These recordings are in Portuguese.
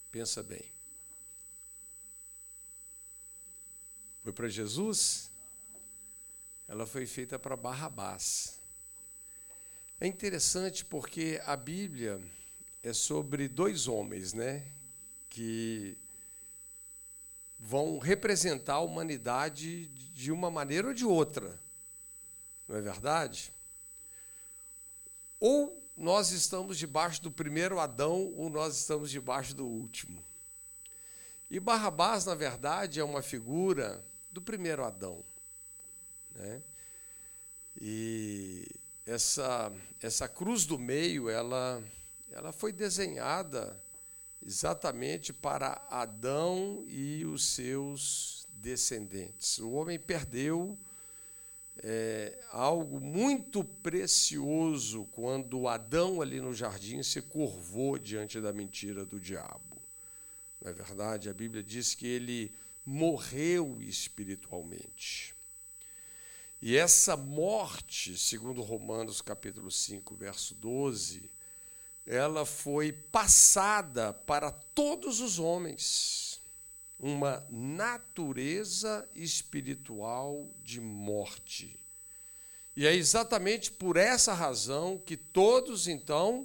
Pensa bem. Foi para Jesus? Ela foi feita para Barrabás. É interessante porque a Bíblia é sobre dois homens, né, que vão representar a humanidade de uma maneira ou de outra. Não é verdade? Ou nós estamos debaixo do primeiro Adão, ou nós estamos debaixo do último. E Barrabás, na verdade, é uma figura do primeiro Adão, né? E essa cruz do meio, ela foi desenhada exatamente para Adão e os seus descendentes. O homem perdeu algo muito precioso quando Adão, ali no jardim, se curvou diante da mentira do diabo. Não é verdade? A Bíblia diz que ele morreu espiritualmente. E essa morte, segundo Romanos capítulo 5, verso 12, ela foi passada para todos os homens, uma natureza espiritual de morte. E é exatamente por essa razão que todos, então,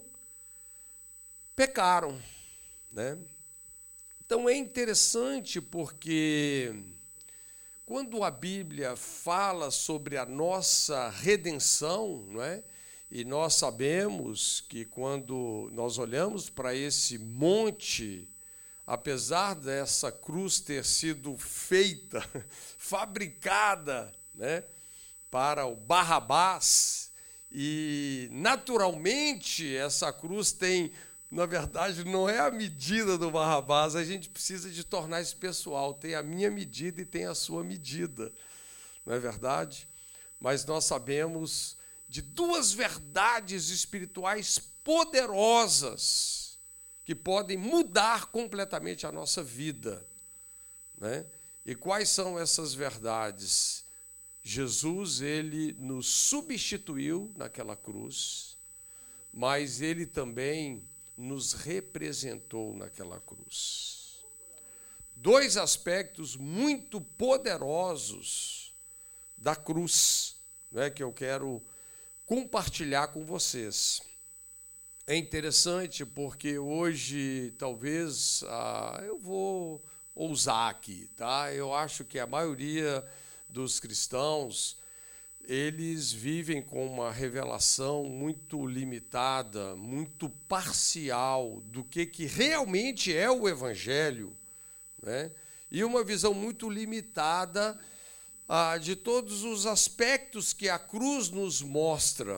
pecaram, né? Então é interessante porque quando a Bíblia fala sobre a nossa redenção, não é? E nós sabemos que quando nós olhamos para esse monte, apesar dessa cruz ter sido feita, fabricada, né, para o Barrabás, e naturalmente essa cruz tem, na verdade, não é a medida do Barrabás, a gente precisa de tornar isso pessoal, tem a minha medida e tem a sua medida, não é verdade? Mas nós sabemos de duas verdades espirituais poderosas que podem mudar completamente a nossa vida, né? E quais são essas verdades? Jesus, ele nos substituiu naquela cruz, mas ele também nos representou naquela cruz. Dois aspectos muito poderosos da cruz, né, que eu quero compartilhar com vocês. É interessante porque hoje, talvez, eu vou ousar aqui, tá? Eu acho que a maioria dos cristãos, eles vivem com uma revelação muito limitada, muito parcial do que realmente é o Evangelho, né? E uma visão muito limitada de todos os aspectos que a cruz nos mostra.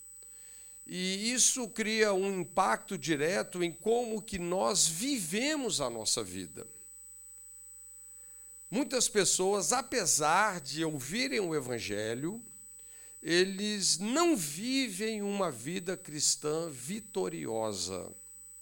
E isso cria um impacto direto em como que nós vivemos a nossa vida. Muitas pessoas, apesar de ouvirem o Evangelho, eles não vivem uma vida cristã vitoriosa.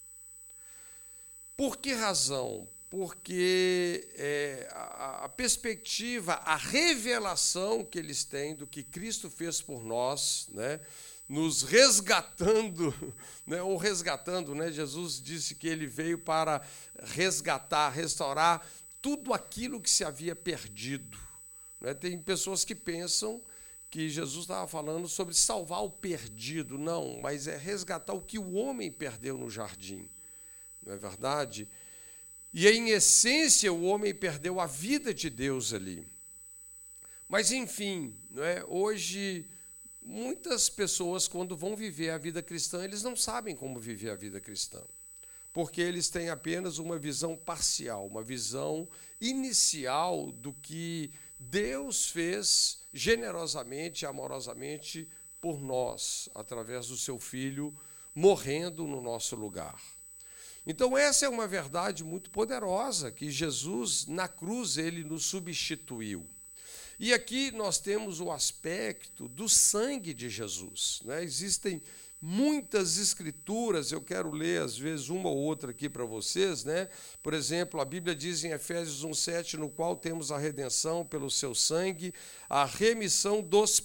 Por que razão? Porque a perspectiva, a revelação que eles têm do que Cristo fez por nós, né, nos resgatando, né, ou resgatando, né, Jesus disse que ele veio para resgatar, restaurar tudo aquilo que se havia perdido, né? Tem pessoas que pensam que Jesus estava falando sobre salvar o perdido. Não, mas é resgatar o que o homem perdeu no jardim, não é verdade? E, em essência, o homem perdeu a vida de Deus ali. Mas, enfim, não é? Hoje, muitas pessoas, quando vão viver a vida cristã, eles não sabem como viver a vida cristã, porque eles têm apenas uma visão parcial, uma visão inicial do que Deus fez generosamente, amorosamente por nós, através do seu Filho morrendo no nosso lugar. Então, essa é uma verdade muito poderosa, que Jesus, na cruz, ele nos substituiu. E aqui nós temos o aspecto do sangue de Jesus, né? Existem muitas escrituras, eu quero ler, às vezes, uma ou outra aqui para vocês, né? Por exemplo, a Bíblia diz em Efésios 1,7, no qual temos a redenção pelo seu sangue, a remissão dos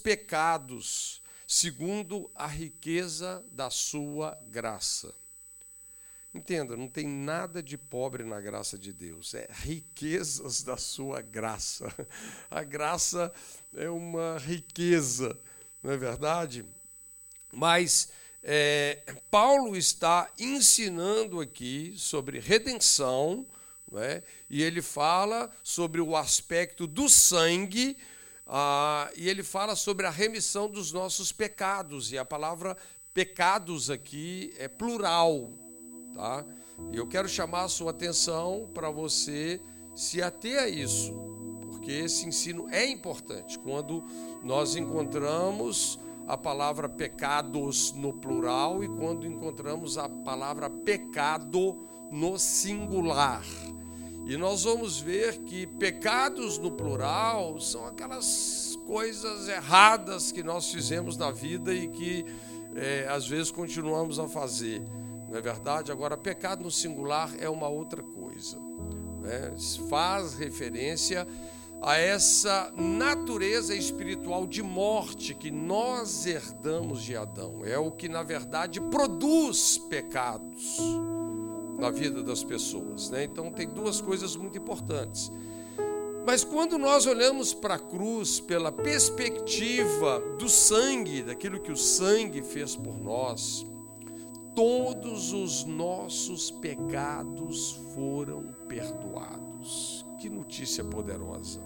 pecados, segundo a riqueza da sua graça. Entenda, não tem nada de pobre na graça de Deus, é riquezas da sua graça. A graça é uma riqueza, não é verdade? Mas Paulo está ensinando aqui sobre redenção, não é? E ele fala sobre o aspecto do sangue, e ele fala sobre a remissão dos nossos pecados, e a palavra pecados aqui é plural. Tá? E eu quero chamar a sua atenção para você se ater a isso, porque esse ensino é importante. Quando nós encontramos a palavra pecados no plural e quando encontramos a palavra pecado no singular. E nós vamos ver que pecados no plural são aquelas coisas erradas que nós fizemos na vida e que às vezes continuamos a fazer. Não é verdade? Agora, pecado no singular é uma outra coisa, né? Faz referência a essa natureza espiritual de morte que nós herdamos de Adão. É o que, na verdade, produz pecados na vida das pessoas, né? Então, tem duas coisas muito importantes. Mas quando nós olhamos para a cruz pela perspectiva do sangue, daquilo que o sangue fez por nós, todos os nossos pecados foram perdoados. Que notícia poderosa!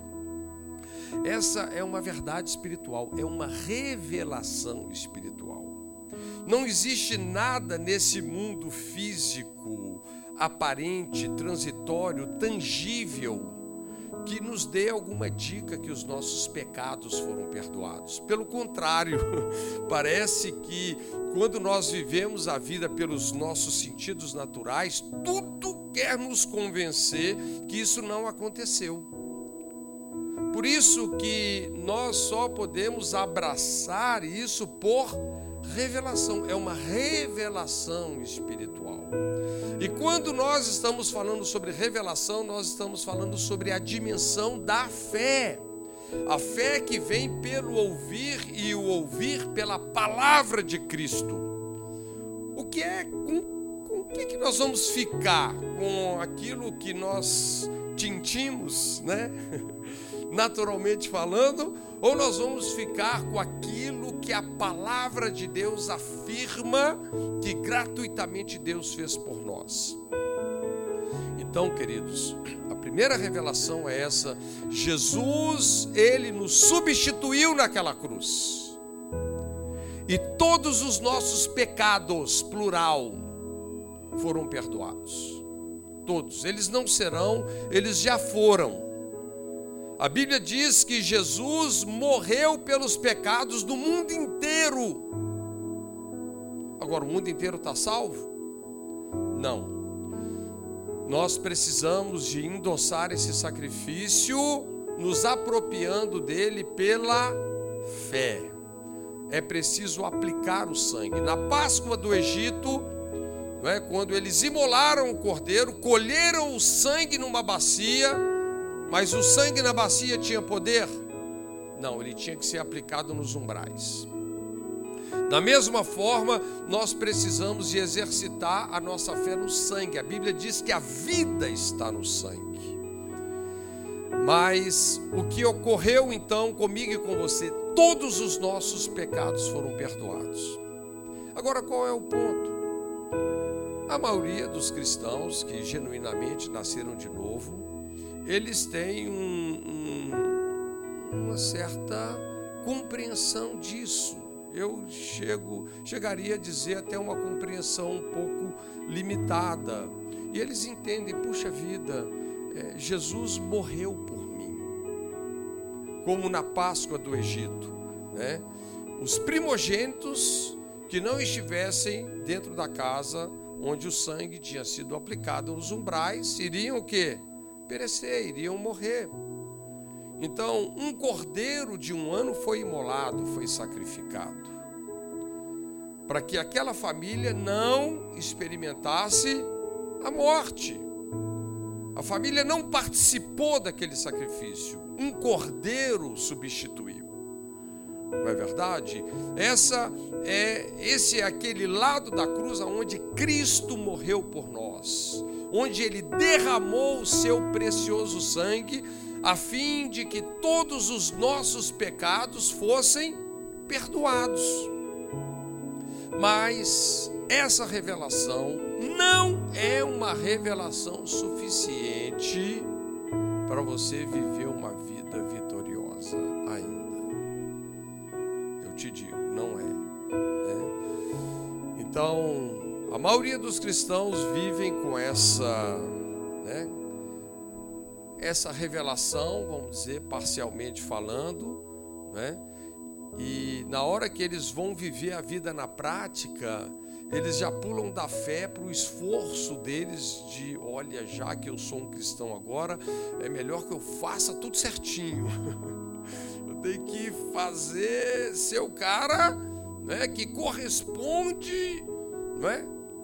Essa é uma verdade espiritual, é uma revelação espiritual. Não existe nada nesse mundo físico, aparente, transitório, tangível, que nos dê alguma dica que os nossos pecados foram perdoados. Pelo contrário, parece que quando nós vivemos a vida pelos nossos sentidos naturais, tudo quer nos convencer que isso não aconteceu. Por isso que nós só podemos abraçar isso por revelação. É uma revelação espiritual. E quando nós estamos falando sobre revelação, nós estamos falando sobre a dimensão da fé. A fé que vem pelo ouvir e o ouvir pela palavra de Cristo. Com o que nós vamos ficar? Com aquilo que nós tintimos, né? Naturalmente falando, ou nós vamos ficar com aquilo que a palavra de Deus afirma que gratuitamente Deus fez por nós? Então, queridos, a primeira revelação é essa: Jesus, ele nos substituiu naquela cruz. E todos os nossos pecados, plural, foram perdoados. Todos, eles não serão, eles já foram. A Bíblia diz que Jesus morreu pelos pecados do mundo inteiro. Agora, o mundo inteiro está salvo? Não. Nós precisamos de endossar esse sacrifício, nos apropriando dele pela fé. É preciso aplicar o sangue. Na Páscoa do Egito, quando eles imolaram o cordeiro, colheram o sangue numa bacia, mas o sangue na bacia tinha poder? Não, ele tinha que ser aplicado nos umbrais. Da mesma forma, nós precisamos de exercitar a nossa fé no sangue. A Bíblia diz que a vida está no sangue. Mas o que ocorreu então comigo e com você? Todos os nossos pecados foram perdoados. Agora, qual é o ponto? A maioria dos cristãos que genuinamente nasceram de novo, eles têm uma certa compreensão disso. Eu chegaria a dizer até uma compreensão um pouco limitada. E eles entendem, puxa vida, Jesus morreu por mim. Como na Páscoa do Egito, né? Os primogênitos que não estivessem dentro da casa onde o sangue tinha sido aplicado nos umbrais, iriam o quê? Perecer, iriam morrer. Então, um cordeiro de 1 ano foi imolado, foi sacrificado, para que aquela família não experimentasse a morte. A família não participou daquele sacrifício. Um cordeiro substituiu. Não é verdade? Esse é aquele lado da cruz onde Cristo morreu por nós, onde Ele derramou o seu precioso sangue, a fim de que todos os nossos pecados fossem perdoados. Mas essa revelação não é uma revelação suficiente para você viver uma vida vitoriosa ainda. Eu te digo, não é, né? Então, a maioria dos cristãos vivem com essa revelação, vamos dizer, parcialmente falando, né? E na hora que eles vão viver a vida na prática, eles já pulam da fé para o esforço deles de, olha, já que eu sou um cristão agora, é melhor que eu faça tudo certinho. Eu tenho que ser o cara, né, que corresponde, né,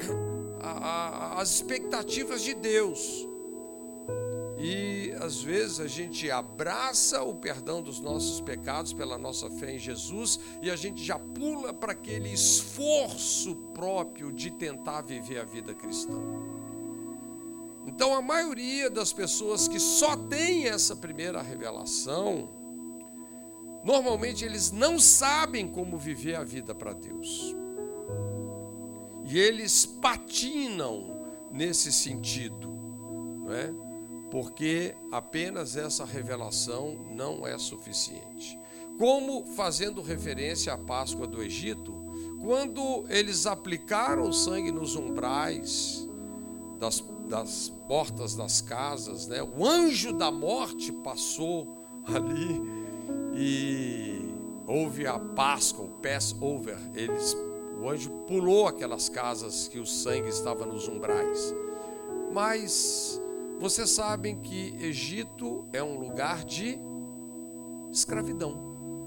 às expectativas de Deus. E às vezes a gente abraça o perdão dos nossos pecados pela nossa fé em Jesus e a gente já pula para aquele esforço próprio de tentar viver a vida cristã. Então a maioria das pessoas que só tem essa primeira revelação, normalmente eles não sabem como viver a vida para Deus. E eles patinam nesse sentido, não é? Porque apenas essa revelação não é suficiente. Como, fazendo referência à Páscoa do Egito, quando eles aplicaram o sangue nos umbrais das portas das casas, né? O anjo da morte passou ali e houve a Páscoa, o Passover. O anjo pulou aquelas casas que o sangue estava nos umbrais. Mas vocês sabem que Egito é um lugar de escravidão.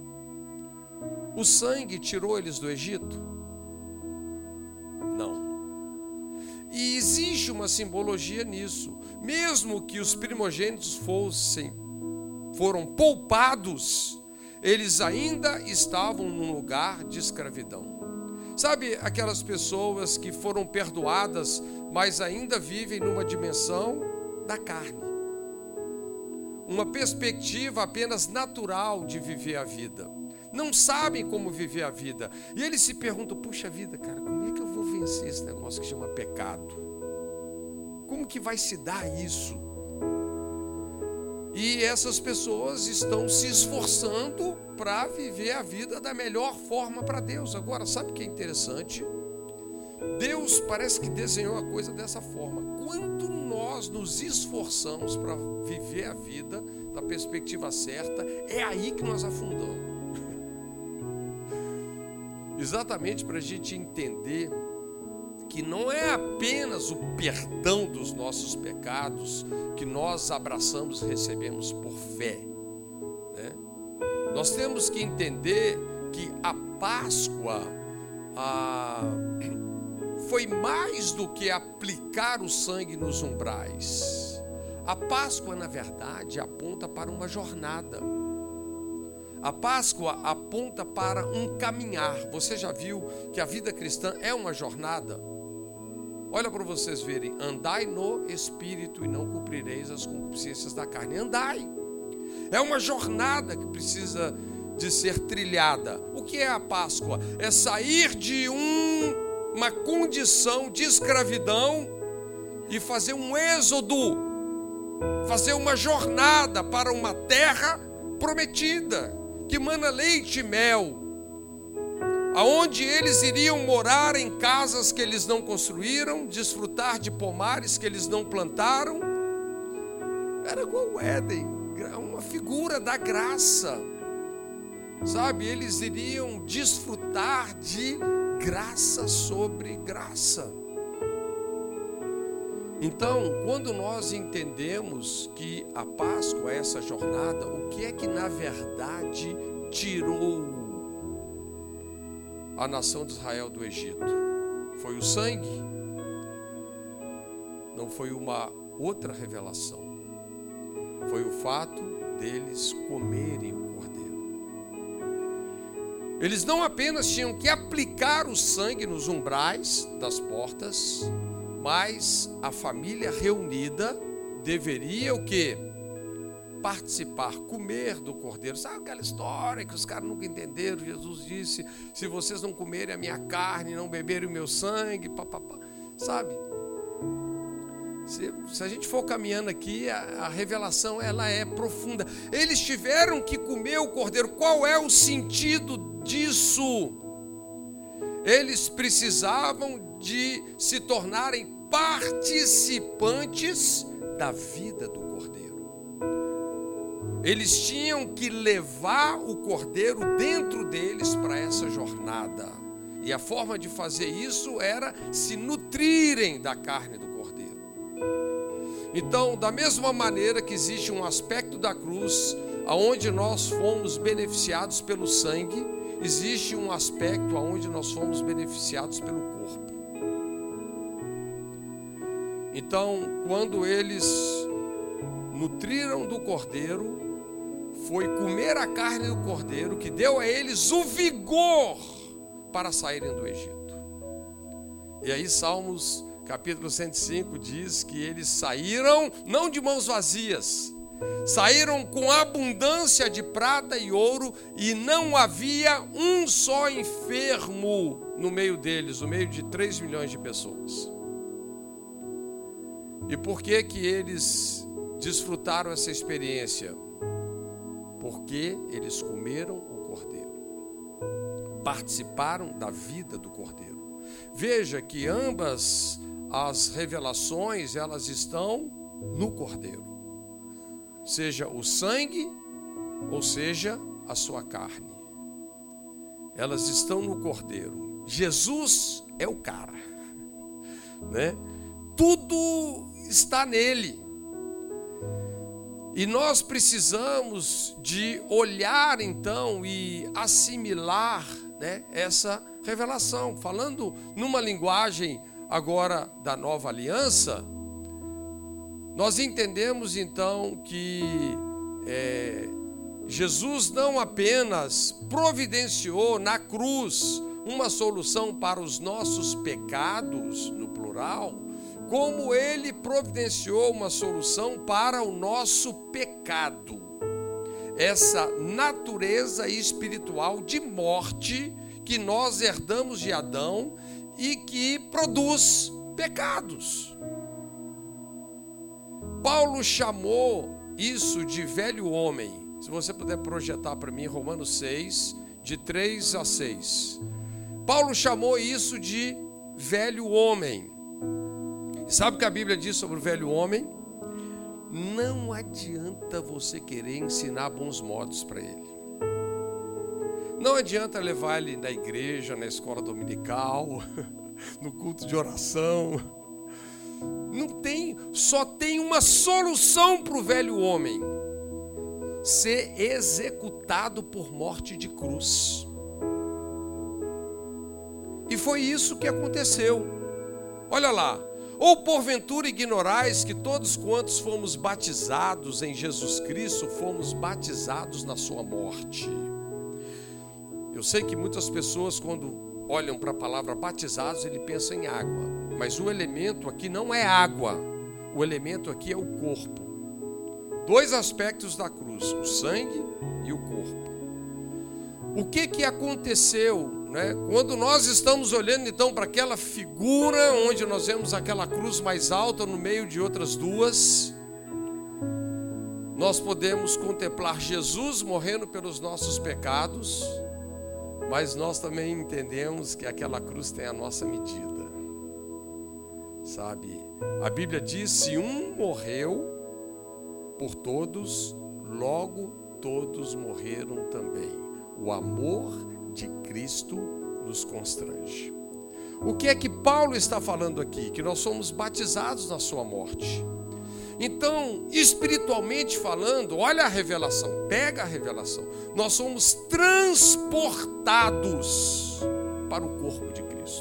O sangue tirou eles do Egito? Não. E existe uma simbologia nisso. Mesmo que os primogênitos foram poupados, eles ainda estavam num lugar de escravidão. Sabe aquelas pessoas que foram perdoadas, mas ainda vivem numa dimensão da carne, uma perspectiva apenas natural de viver a vida, não sabem como viver a vida, e eles se perguntam, puxa vida, cara, como é que eu vou vencer esse negócio que chama pecado? Como que vai se dar isso? E essas pessoas estão se esforçando para viver a vida da melhor forma para Deus. Agora, sabe o que é interessante? Deus parece que desenhou a coisa dessa forma. Quando nós nos esforçamos para viver a vida da perspectiva certa, é aí que nós afundamos. Exatamente para a gente entender que não é apenas o perdão dos nossos pecados que nós abraçamos e recebemos por fé, né? Nós temos que entender que a Páscoa foi mais do que aplicar o sangue nos umbrais. A Páscoa, na verdade, aponta para uma jornada. A Páscoa aponta para um caminhar. Você já viu que a vida cristã é uma jornada? Olha para vocês verem. Andai no Espírito e não cumprireis as concupiscências da carne. Andai. É uma jornada que precisa de ser trilhada. O que é a Páscoa? É sair de uma condição de escravidão e fazer um êxodo, fazer uma jornada para uma terra prometida, que mana leite e mel, aonde eles iriam morar em casas que eles não construíram, desfrutar de pomares que eles não plantaram. Era igual o Éden, uma figura da graça, sabe? Eles iriam desfrutar de graça sobre graça. Então, quando nós entendemos que a Páscoa é essa jornada, o que é que na verdade tirou a nação de Israel do Egito? Foi o sangue? Não foi uma outra revelação. Foi o fato deles comerem o cordeiro. Eles não apenas tinham que aplicar o sangue nos umbrais das portas, mas a família reunida deveria o quê? Participar, comer do cordeiro. Sabe aquela história que os caras nunca entenderam? Jesus disse, se vocês não comerem a minha carne, não beberem o meu sangue, papapá. Sabe? Se a gente for caminhando aqui, a revelação ela é profunda. Eles tiveram que comer o cordeiro. Qual é o sentido disso? Eles precisavam de se tornarem participantes da vida do cordeiro. Eles tinham que levar o cordeiro dentro deles para essa jornada. E a forma de fazer isso era se nutrirem da carne do cordeiro. Então, da mesma maneira que existe um aspecto da cruz, onde nós fomos beneficiados pelo sangue, existe um aspecto onde nós fomos beneficiados pelo corpo. Então, quando eles nutriram do cordeiro, foi comer a carne do cordeiro que deu a eles o vigor para saírem do Egito. E aí Salmos capítulo 105 diz que eles saíram não de mãos vazias, saíram com abundância de prata e ouro, e não havia um só enfermo no meio deles, no meio de 3 milhões de pessoas. E por que que eles desfrutaram essa experiência? Porque eles comeram o cordeiro, participaram da vida do cordeiro. Veja que ambas as revelações, elas estão no cordeiro, seja o sangue ou seja a sua carne, elas estão no cordeiro. Jesus é o cara, né? Tudo está nele. E nós precisamos de olhar então e assimilar, né, essa revelação. Falando numa linguagem agora da nova aliança, nós entendemos então que Jesus não apenas providenciou na cruz uma solução para os nossos pecados, no plural, como ele providenciou uma solução para o nosso pecado, essa natureza espiritual de morte que nós herdamos de Adão e que produz pecados. Paulo chamou isso de velho homem. Se você puder projetar para mim Romanos 6, de 3 a 6. Paulo chamou isso de velho homem. Sabe o que a Bíblia diz sobre o velho homem? Não adianta você querer ensinar bons modos para ele. Não adianta levar ele na igreja, na escola dominical, no culto de oração. Não tem, só tem uma solução para o velho homem: ser executado por morte de cruz. E foi isso que aconteceu. Olha lá. Ou porventura ignorais que todos quantos fomos batizados em Jesus Cristo, fomos batizados na sua morte. Eu sei que muitas pessoas, quando olham para a palavra batizados, ele pensa em água. Mas o elemento aqui não é água. O elemento aqui é o corpo. Dois aspectos da cruz, o sangue e o corpo. O que aconteceu, né? Quando nós estamos olhando então para aquela figura onde nós vemos aquela cruz mais alta no meio de outras duas, nós podemos contemplar Jesus morrendo pelos nossos pecados, mas nós também entendemos que aquela cruz tem a nossa medida, sabe? A Bíblia diz: se um morreu por todos, logo todos morreram também. O amor de Cristo nos constrange. O que é que Paulo está falando aqui? Que nós somos batizados na sua morte. Então, espiritualmente falando, olha a revelação, pega a revelação. Nós somos transportados para o corpo de Cristo.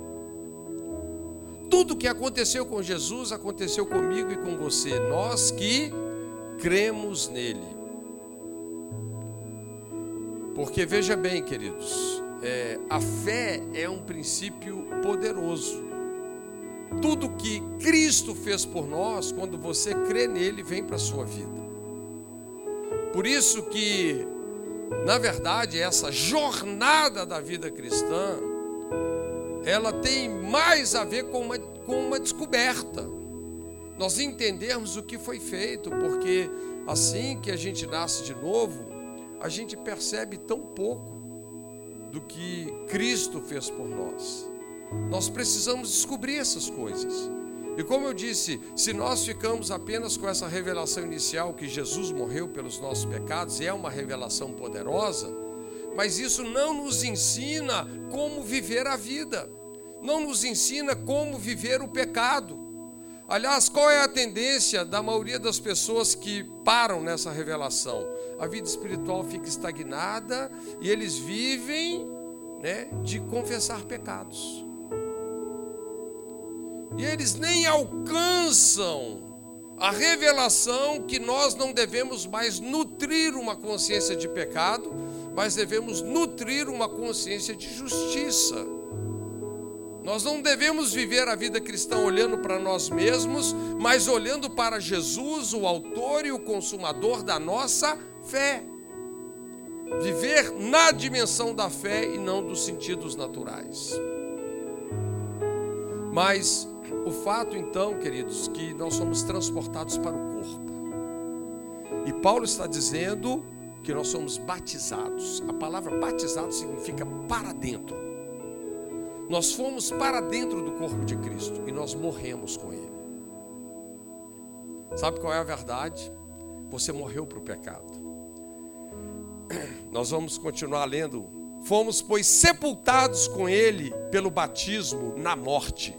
Tudo que aconteceu com Jesus aconteceu comigo e com você, nós que cremos nele. Porque veja bem, queridos, a fé é um princípio poderoso. Tudo que Cristo fez por nós, quando você crê nele, vem para a sua vida. Por isso que, na verdade, essa jornada da vida cristã, ela tem mais a ver com uma descoberta. Nós entendermos o que foi feito, porque assim que a gente nasce de novo, a gente percebe tão pouco do que Cristo fez por nós. Nós precisamos descobrir essas coisas. E como eu disse, se nós ficamos apenas com essa revelação inicial que Jesus morreu pelos nossos pecados, é uma revelação poderosa, mas isso não nos ensina como viver a vida, não nos ensina como viver o pecado. Aliás, qual é a tendência da maioria das pessoas que param nessa revelação? A vida espiritual fica estagnada e eles vivem, de confessar pecados. E eles nem alcançam a revelação que nós não devemos mais nutrir uma consciência de pecado, mas devemos nutrir uma consciência de justiça. Nós não devemos viver a vida cristã olhando para nós mesmos, mas olhando para Jesus, o autor e o consumador da nossa fé. Viver na dimensão da fé e não dos sentidos naturais. Mas o fato então, queridos, que nós somos transportados para o corpo. E Paulo está dizendo que nós somos batizados. A palavra batizado significa para dentro. Nós fomos para dentro do corpo de Cristo e nós morremos com Ele. Sabe qual é a verdade? Você morreu para o pecado. Nós vamos continuar lendo. Fomos, pois, sepultados com Ele pelo batismo na morte.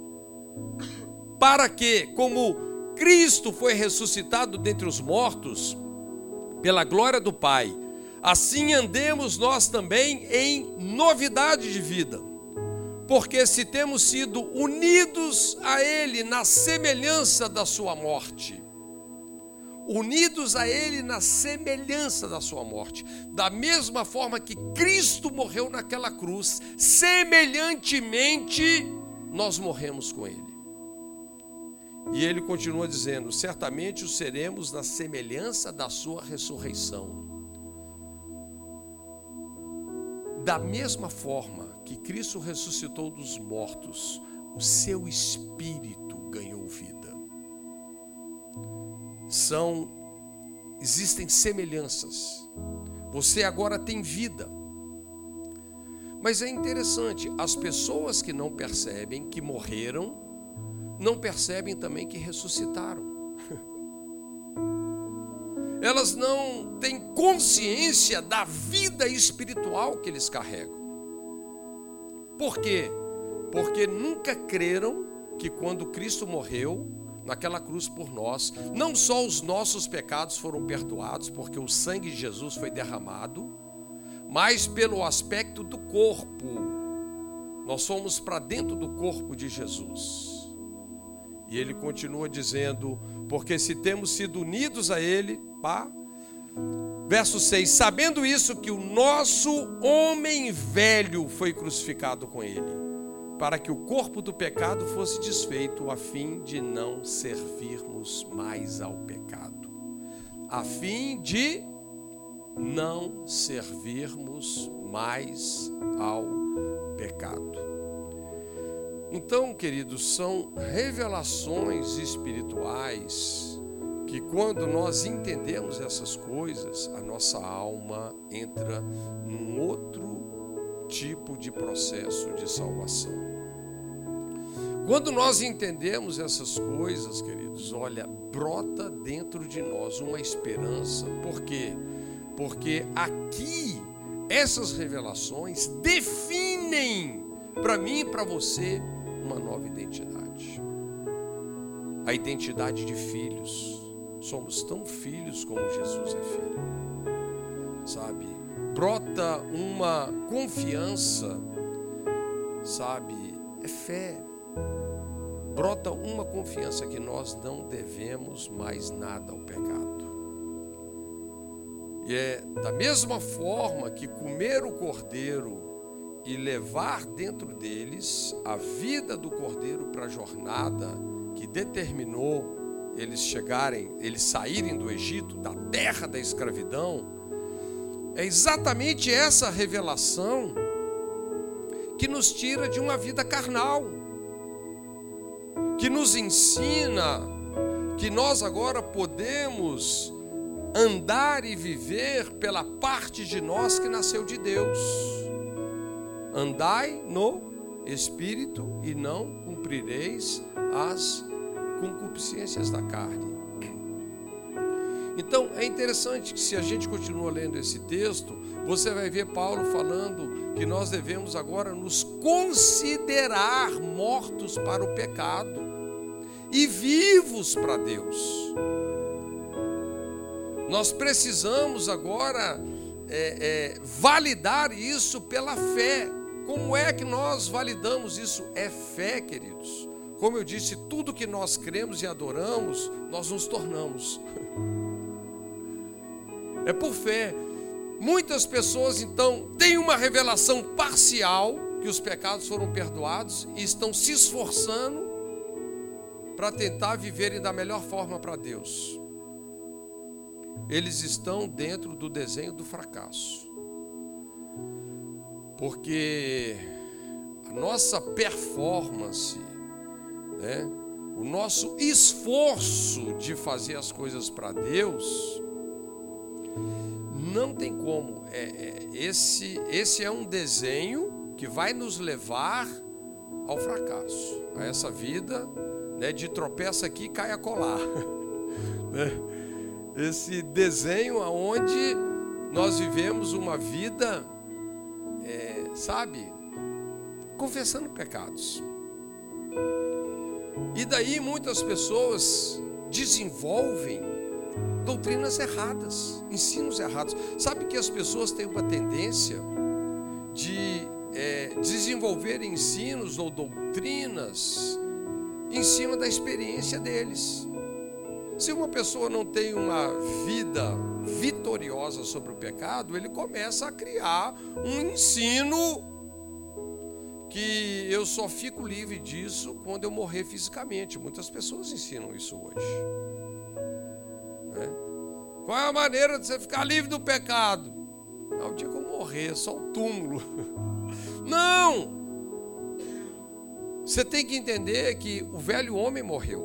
Para que, como Cristo foi ressuscitado dentre os mortos, pela glória do Pai, assim andemos nós também em novidade de vida. Porque se temos sido unidos a Ele na semelhança da sua morte, unidos a Ele na semelhança da sua morte, da mesma forma que Cristo morreu naquela cruz, semelhantemente nós morremos com Ele. E ele continua dizendo, certamente o seremos na semelhança da sua ressurreição. Da mesma forma que Cristo ressuscitou dos mortos, o seu espírito ganhou vida. Existem semelhanças. Você agora tem vida. Mas é interessante, as pessoas que não percebem que morreram, não percebem também que ressuscitaram. Elas não têm consciência da vida espiritual que eles carregam. Por quê? Porque nunca creram que quando Cristo morreu naquela cruz por nós, não só os nossos pecados foram perdoados, porque o sangue de Jesus foi derramado, mas pelo aspecto do corpo. Nós fomos para dentro do corpo de Jesus. E ele continua dizendo, porque se temos sido unidos a Ele, verso 6, sabendo isso, que o nosso homem velho foi crucificado com Ele, para que o corpo do pecado fosse desfeito, a fim de não servirmos mais ao pecado. A fim de não servirmos mais ao pecado. Então, queridos, são revelações espirituais que quando nós entendemos essas coisas, a nossa alma entra num outro tipo de processo de salvação. Quando nós entendemos essas coisas, queridos, olha, brota dentro de nós uma esperança. Por quê? Porque aqui essas revelações definem para mim e para você uma nova identidade. A identidade de filhos. Somos tão filhos como Jesus é filho. Sabe? Brota uma confiança, sabe? É fé. Brota uma confiança que nós não devemos mais nada ao pecado. E é da mesma forma que comer o cordeiro e levar dentro deles a vida do cordeiro para a jornada que determinou eles saírem do Egito, da terra da escravidão, é exatamente essa revelação que nos tira de uma vida carnal, que nos ensina que nós agora podemos andar e viver pela parte de nós que nasceu de Deus. Andai no Espírito e não cumprireis as concupiscências da carne. Então é interessante que, se a gente continua lendo esse texto, você vai ver Paulo falando que nós devemos agora nos considerar mortos para o pecado e vivos para Deus. Nós precisamos agora validar isso pela fé. Como é que nós validamos isso? É fé, queridos. Como eu disse, tudo que nós cremos e adoramos, nós nos tornamos. É por fé. Muitas pessoas, então, têm uma revelação parcial que os pecados foram perdoados e estão se esforçando para tentar viverem da melhor forma para Deus. Eles estão dentro do desenho do fracasso. Porque a nossa performance, o nosso esforço de fazer as coisas para Deus, não tem como. Esse é um desenho que vai nos levar ao fracasso, a essa vida de tropeça aqui e cai a colar. Esse desenho onde nós vivemos uma vida, confessando pecados. E daí muitas pessoas desenvolvem doutrinas erradas, ensinos errados. Sabe que as pessoas têm uma tendência de desenvolver ensinos ou doutrinas em cima da experiência deles. Se uma pessoa não tem uma vida vitoriosa sobre o pecado, ele começa a criar um ensino que eu só fico livre disso quando eu morrer fisicamente. Muitas pessoas ensinam isso hoje. Qual é a maneira de você ficar livre do pecado? O dia que eu morrer, só o túmulo. Não! Você tem que entender que o velho homem morreu.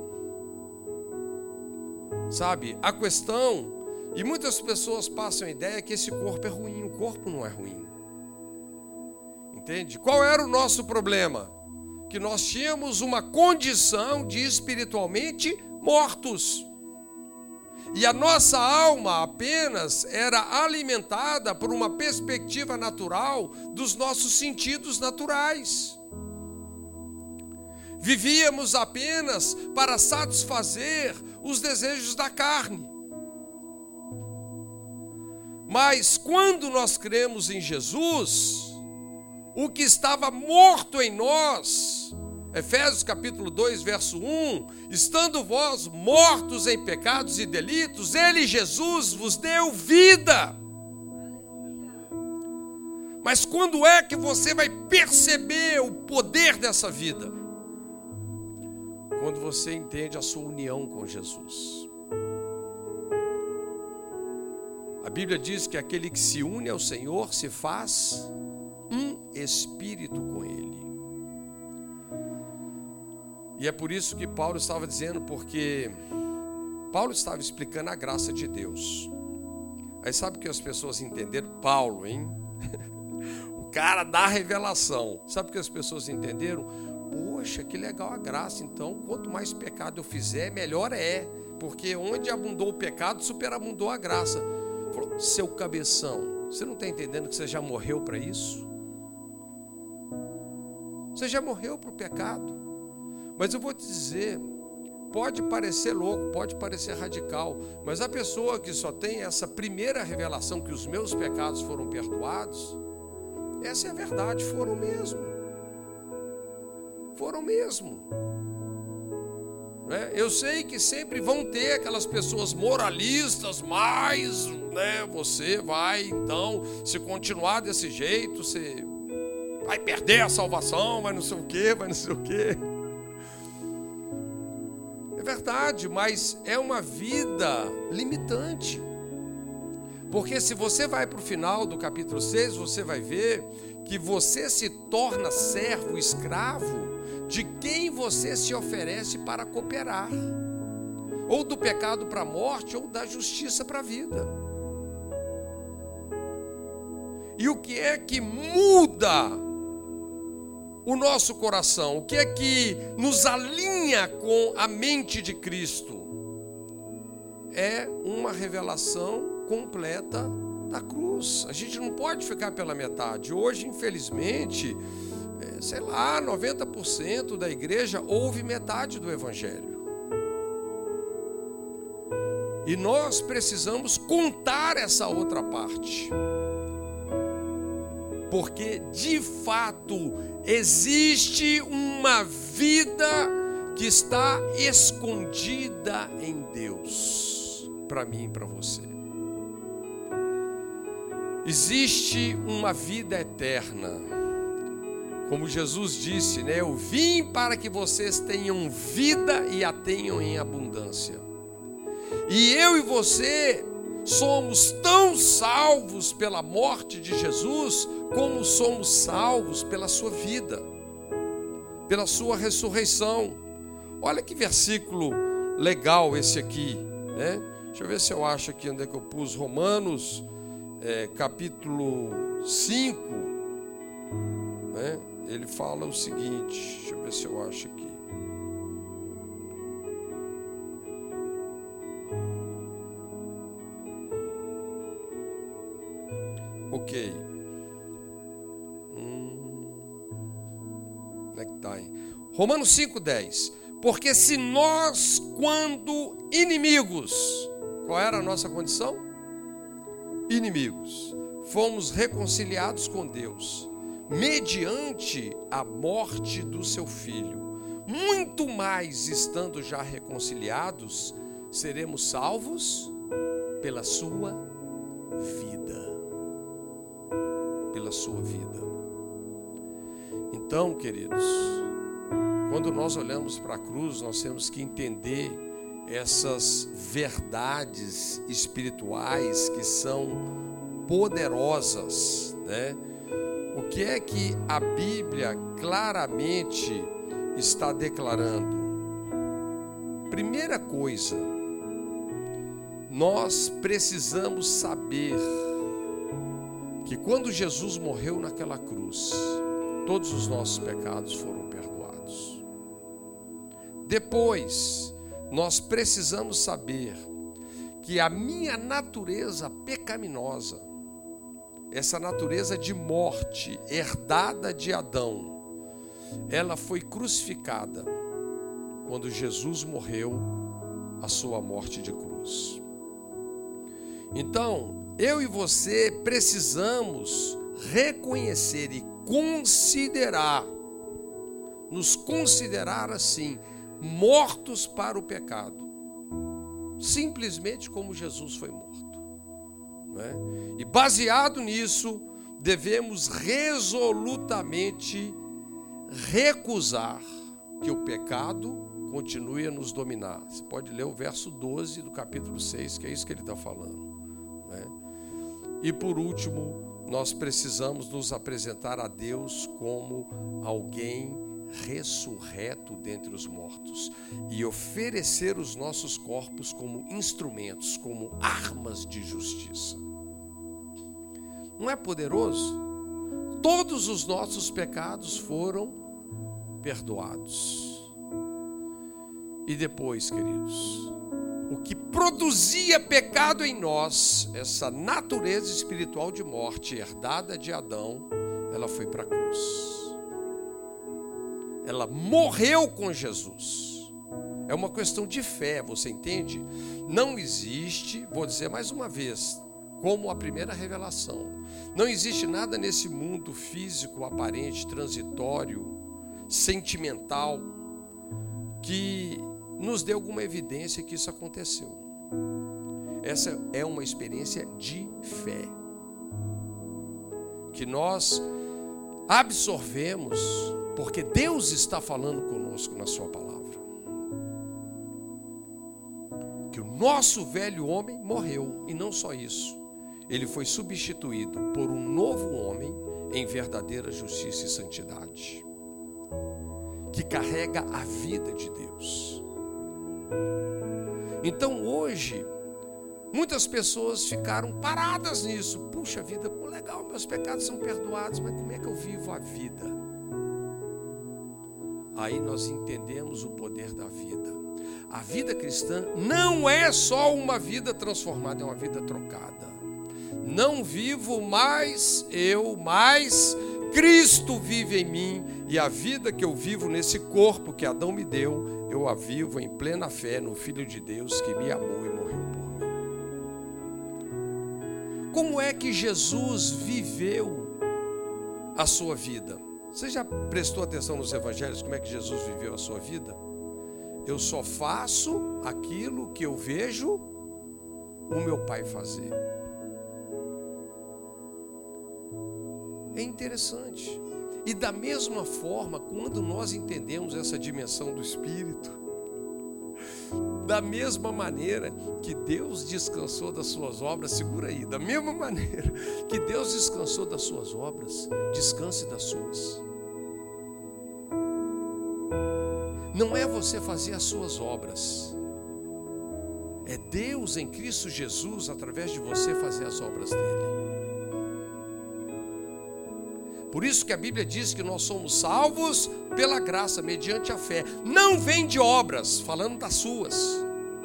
A questão, e muitas pessoas passam a ideia que esse corpo é ruim. O corpo não é ruim. Entende? Qual era o nosso problema? Que nós tínhamos uma condição de espiritualmente mortos. E a nossa alma apenas era alimentada por uma perspectiva natural dos nossos sentidos naturais. Vivíamos apenas para satisfazer os desejos da carne. Mas quando nós cremos em Jesus, o que estava morto em nós, Efésios capítulo 2, verso 1, estando vós mortos em pecados e delitos, Ele, Jesus, vos deu vida. Mas quando é que você vai perceber o poder dessa vida? Quando você entende a sua união com Jesus. A Bíblia diz que aquele que se une ao Senhor se faz um espírito com Ele. E é por isso que Paulo estava dizendo, porque Paulo estava explicando a graça de Deus. Aí sabe o que as pessoas entenderam? Paulo, hein? O cara da revelação. Sabe o que as pessoas entenderam? Poxa, que legal a graça. Então, quanto mais pecado eu fizer, melhor é. Porque onde abundou o pecado, superabundou a graça. Falou, seu cabeção, você não está entendendo que você já morreu para isso? Você já morreu para o pecado. Mas eu vou te dizer, pode parecer louco, pode parecer radical, mas a pessoa que só tem essa primeira revelação que os meus pecados foram perdoados, essa é a verdade, foram mesmo. Foram mesmo. né? Eu sei que sempre vão ter aquelas pessoas moralistas, mas, né, você vai, então, se continuar desse jeito, você vai perder a salvação, vai não sei o quê, vai não sei o quê. É verdade, mas é uma vida limitante. Porque se você vai para o final do capítulo 6, você vai ver que você se torna servo, escravo de quem você se oferece para cooperar. Ou do pecado para a morte, ou da justiça para a vida. E o que é que muda o nosso coração? O que é que nos alinha com a mente de Cristo? É uma revelação completa da cruz. A gente não pode ficar pela metade. Hoje, infelizmente, 90% da igreja ouve metade do evangelho. E nós precisamos contar essa outra parte. Porque, de fato, existe uma vida que está escondida em Deus, para mim e para você. Existe uma vida eterna. Como Jesus disse, né? Eu vim para que vocês tenham vida e a tenham em abundância. E eu e você somos tão salvos pela morte de Jesus, como somos salvos pela sua vida, pela sua ressurreição. Olha que versículo legal esse aqui, né? Deixa eu ver se eu acho aqui onde é que eu pus. Romanos, capítulo 5, né? Ele fala o seguinte, deixa eu ver se eu acho aqui. Ok. Onde é que está aí? Romanos 5,10. Porque se nós, quando inimigos, qual era a nossa condição? Inimigos. Fomos reconciliados com Deus, mediante a morte do seu Filho. Muito mais, estando já reconciliados, seremos salvos pela sua vida. Pela sua vida. Então, queridos, quando nós olhamos para a cruz, nós temos que entender essas verdades espirituais que são poderosas, né? O que é que a Bíblia claramente está declarando? Primeira coisa, nós precisamos saber que quando Jesus morreu naquela cruz, todos os nossos pecados foram perdoados. Depois, nós precisamos saber que a minha natureza pecaminosa, essa natureza de morte herdada de Adão, ela foi crucificada quando Jesus morreu a sua morte de cruz. Então, eu e você precisamos reconhecer e nos considerar assim, mortos para o pecado, simplesmente como Jesus foi morto, não é? E baseado nisso, devemos resolutamente recusar que o pecado continue a nos dominar. Você pode ler o verso 12 do capítulo 6, que é isso que ele está falando, né? E por último, nós precisamos nos apresentar a Deus como alguém ressurreto dentre os mortos e oferecer os nossos corpos como instrumentos, como armas de justiça. Não é poderoso? Todos os nossos pecados foram perdoados. E depois, queridos, o que produzia pecado em nós, essa natureza espiritual de morte herdada de Adão, ela foi para a cruz. Ela morreu com Jesus. É uma questão de fé, você entende? Não existe, vou dizer mais uma vez, como a primeira revelação, não existe nada nesse mundo físico, aparente, transitório, sentimental, que nos dê alguma evidência que isso aconteceu. Essa é uma experiência de fé, que nós absorvemos, porque Deus está falando conosco na sua palavra. Que o nosso velho homem morreu, e não só isso, ele foi substituído por um novo homem em verdadeira justiça e santidade, que carrega a vida de Deus. Então hoje, muitas pessoas ficaram paradas nisso. Puxa vida, legal, meus pecados são perdoados, mas como é que eu vivo a vida? Aí nós entendemos o poder da vida. A vida cristã não é só uma vida transformada, é uma vida trocada. Não vivo mais eu, mas Cristo vive em mim, e a vida que eu vivo nesse corpo que Adão me deu, eu a vivo em plena fé no Filho de Deus que me amou e morreu por mim. Como é que Jesus viveu a sua vida? Você já prestou atenção nos evangelhos como é que Jesus viveu a sua vida? Eu só faço aquilo que eu vejo o meu Pai fazer. É interessante. E da mesma forma, quando nós entendemos essa dimensão do Espírito, da mesma maneira que Deus descansou das suas obras, segura aí, da mesma maneira que Deus descansou das suas obras, descanse das suas. Não é você fazer as suas obras, é Deus em Cristo Jesus, através de você, fazer as obras dele. Por isso que a Bíblia diz que nós somos salvos pela graça, mediante a fé. Não vem de obras, falando das suas.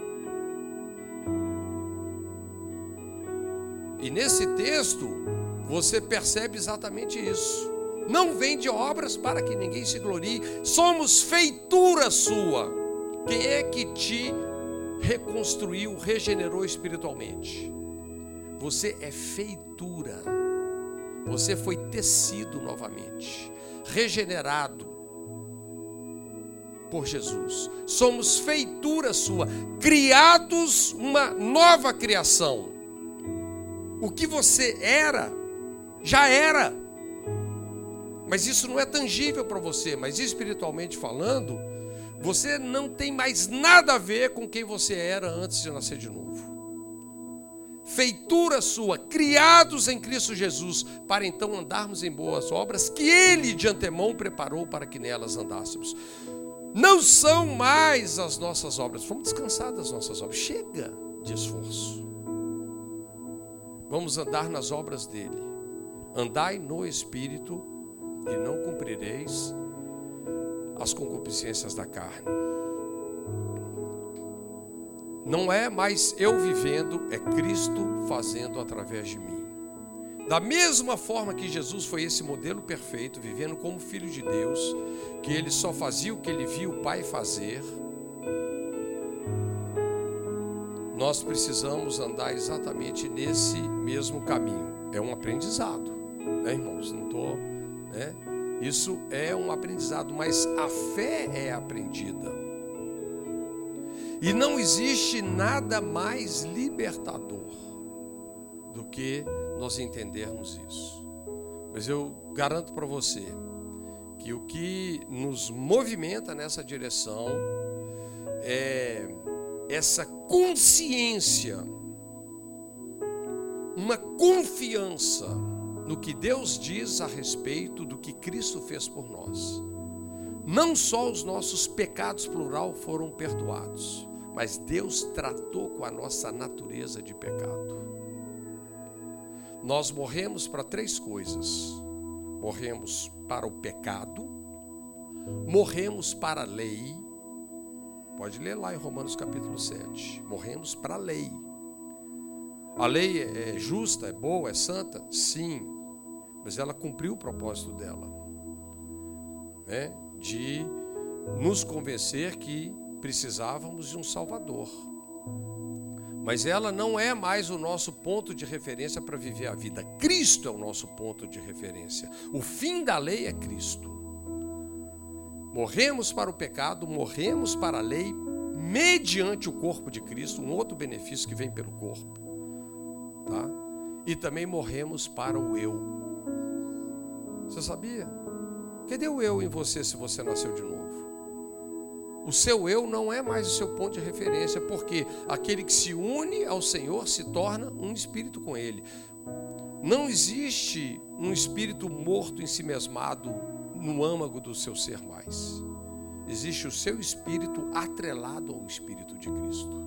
E nesse texto, você percebe exatamente isso. Não vem de obras para que ninguém se glorie. Somos feitura sua. Quem é que te reconstruiu, regenerou espiritualmente? Você é feitura. Você foi tecido novamente, regenerado por Jesus. Somos feitura sua, criados uma nova criação. O que você era, já era. Mas isso não é tangível para você, mas espiritualmente falando, você não tem mais nada a ver com quem você era antes de nascer de novo. Feitura sua, criados em Cristo Jesus, para então andarmos em boas obras que Ele de antemão preparou para que nelas andássemos. Não são mais as nossas obras, vamos descansar das nossas obras, chega de esforço. Vamos andar nas obras dEle. Andai no Espírito e não cumprireis as concupiscências da carne. Não é mais eu vivendo, é Cristo fazendo através de mim. Da mesma forma que Jesus foi esse modelo perfeito, vivendo como Filho de Deus, que Ele só fazia o que Ele viu o Pai fazer, nós precisamos andar exatamente nesse mesmo caminho. É um aprendizado, né, irmãos? Não estou, né? Isso é um aprendizado, mas a fé é aprendida. E não existe nada mais libertador do que nós entendermos isso. Mas eu garanto para você que o que nos movimenta nessa direção é essa consciência, uma confiança no que Deus diz a respeito do que Cristo fez por nós. Não só os nossos pecados, plural, foram perdoados, mas Deus tratou com a nossa natureza de pecado. Nós morremos para 3 coisas. Morremos para o pecado, morremos para a lei. Pode ler lá em Romanos capítulo 7. Morremos para a lei. A lei é justa, é boa, é santa? Sim. Mas ela cumpriu o propósito dela, né? De nos convencer que precisávamos de um Salvador. Mas ela não é mais o nosso ponto de referência para viver a vida. Cristo é o nosso ponto de referência. O fim da lei é Cristo. Morremos para o pecado, morremos para a lei, mediante o corpo de Cristo, um outro benefício que vem pelo corpo, tá? E também morremos para o eu. Você sabia? Cadê o eu em você se você nasceu de novo? O seu eu não é mais o seu ponto de referência, porque aquele que se une ao Senhor se torna um espírito com Ele. Não existe um espírito morto em si mesmado no âmago do seu ser mais. Existe o seu espírito atrelado ao Espírito de Cristo.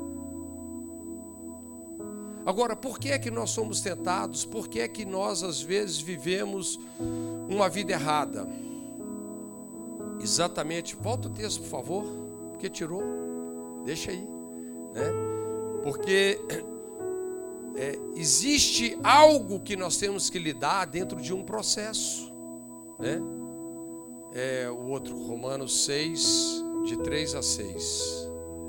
Agora, por que é que nós somos tentados? Por que é que nós, às vezes, vivemos uma vida errada? Exatamente, volta o texto, por favor, porque tirou, deixa aí, né? Porque existe algo que nós temos que lidar dentro de um processo, né? O outro, Romanos 6, de 3 a 6.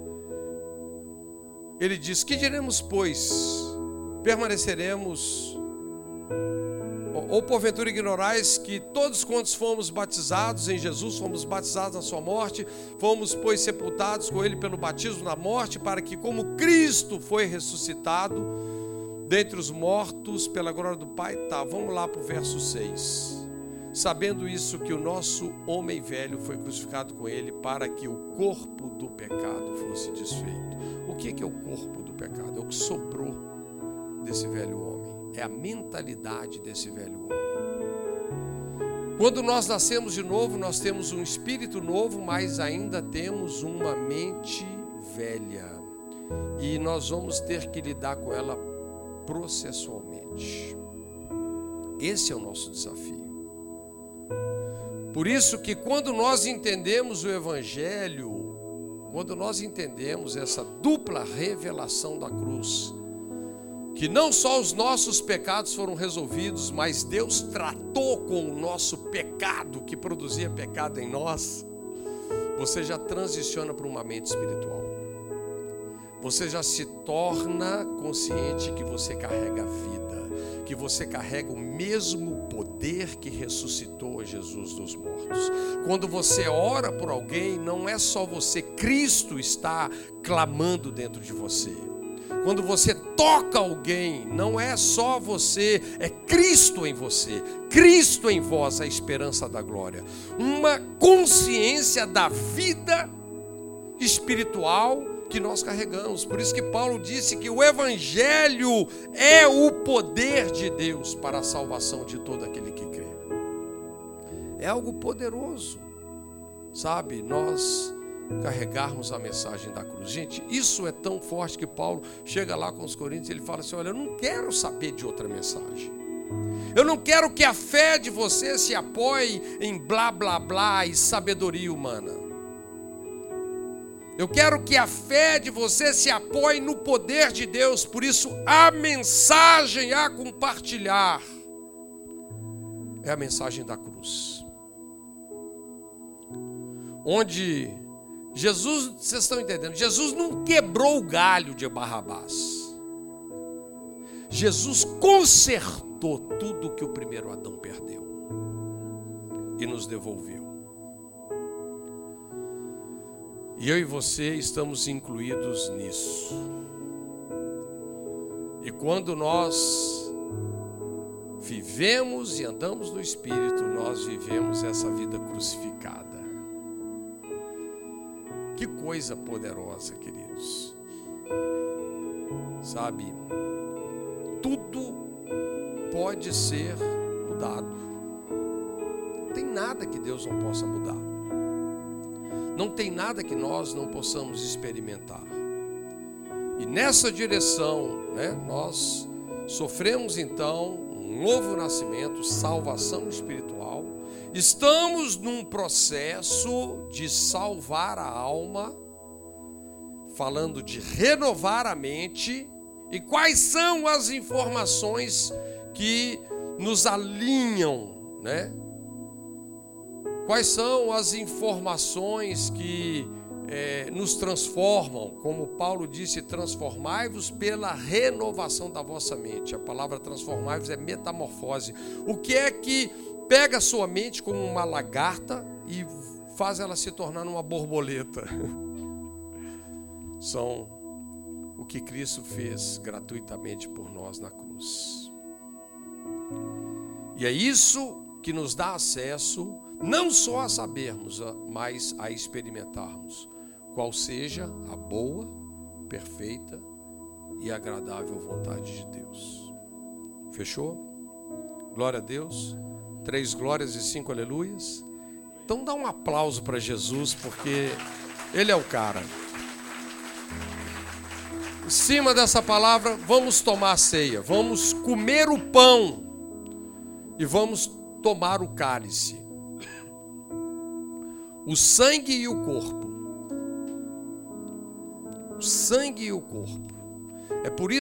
Ele diz: que diremos, pois? Permaneceremos, ou porventura ignorais que todos quantos fomos batizados em Jesus, fomos batizados na sua morte, fomos, pois, sepultados com ele pelo batismo na morte, para que, como Cristo foi ressuscitado dentre os mortos pela glória do Pai. Tá, vamos lá para o verso 6. Sabendo isso, que o nosso homem velho foi crucificado com ele, para que o corpo do pecado fosse desfeito. O que é o corpo do pecado? É o que sobrou desse velho homem. É a mentalidade desse velho homem. Quando nós nascemos de novo, nós temos um espírito novo, mas ainda temos uma mente velha. E nós vamos ter que lidar com ela processualmente. Esse é o nosso desafio. Por isso que quando nós entendemos o Evangelho, quando nós entendemos essa dupla revelação da cruz, que não só os nossos pecados foram resolvidos, mas Deus tratou com o nosso pecado, que produzia pecado em nós, você já transiciona para uma mente espiritual. Você já se torna consciente que você carrega a vida, que você carrega o mesmo poder que ressuscitou Jesus dos mortos. Quando você ora por alguém, não é só você, Cristo está clamando dentro de você. Quando você toca alguém, não é só você, é Cristo em você, Cristo em vós, a esperança da glória. Uma consciência da vida espiritual que nós carregamos. Por isso que Paulo disse que o Evangelho é o poder de Deus para a salvação de todo aquele que crê. É algo poderoso, sabe? Nós carregarmos a mensagem da cruz. Gente, isso é tão forte que Paulo chega lá com os coríntios e ele fala assim: olha, eu não quero saber de outra mensagem. Eu não quero que a fé de você se apoie em blá blá blá e sabedoria humana. Eu quero que a fé de você se apoie no poder de Deus. Por isso, a mensagem a compartilhar é a mensagem da cruz. Onde Jesus, vocês estão entendendo, Jesus não quebrou o galho de Barrabás. Jesus consertou tudo que o primeiro Adão perdeu e nos devolveu. E eu e você estamos incluídos nisso. E quando nós vivemos e andamos no Espírito, nós vivemos essa vida crucificada. Que coisa poderosa, queridos. Sabe, tudo pode ser mudado. Não tem nada que Deus não possa mudar. Não tem nada que nós não possamos experimentar. E nessa direção, nós sofremos então um novo nascimento, salvação espiritual. Estamos num processo de salvar a alma, falando de renovar a mente. E quais são as informações que nos alinham, Quais são as informações que nos transformam? Como Paulo disse, transformai-vos pela renovação da vossa mente. A palavra transformai-vos é metamorfose. O que é que pega a sua mente como uma lagarta e faz ela se tornar uma borboleta? são o que Cristo fez gratuitamente por nós na cruz. E é isso que nos dá acesso não só a sabermos, mas a experimentarmos qual seja a boa, perfeita e agradável vontade de Deus. Fechou? Glória a Deus. 3 glórias e 5 aleluias. Então dá um aplauso para Jesus, porque Ele é o cara. Em cima dessa palavra, vamos tomar a ceia, vamos comer o pão e vamos tomar o cálice, o sangue e o corpo. O sangue e o corpo. É por isso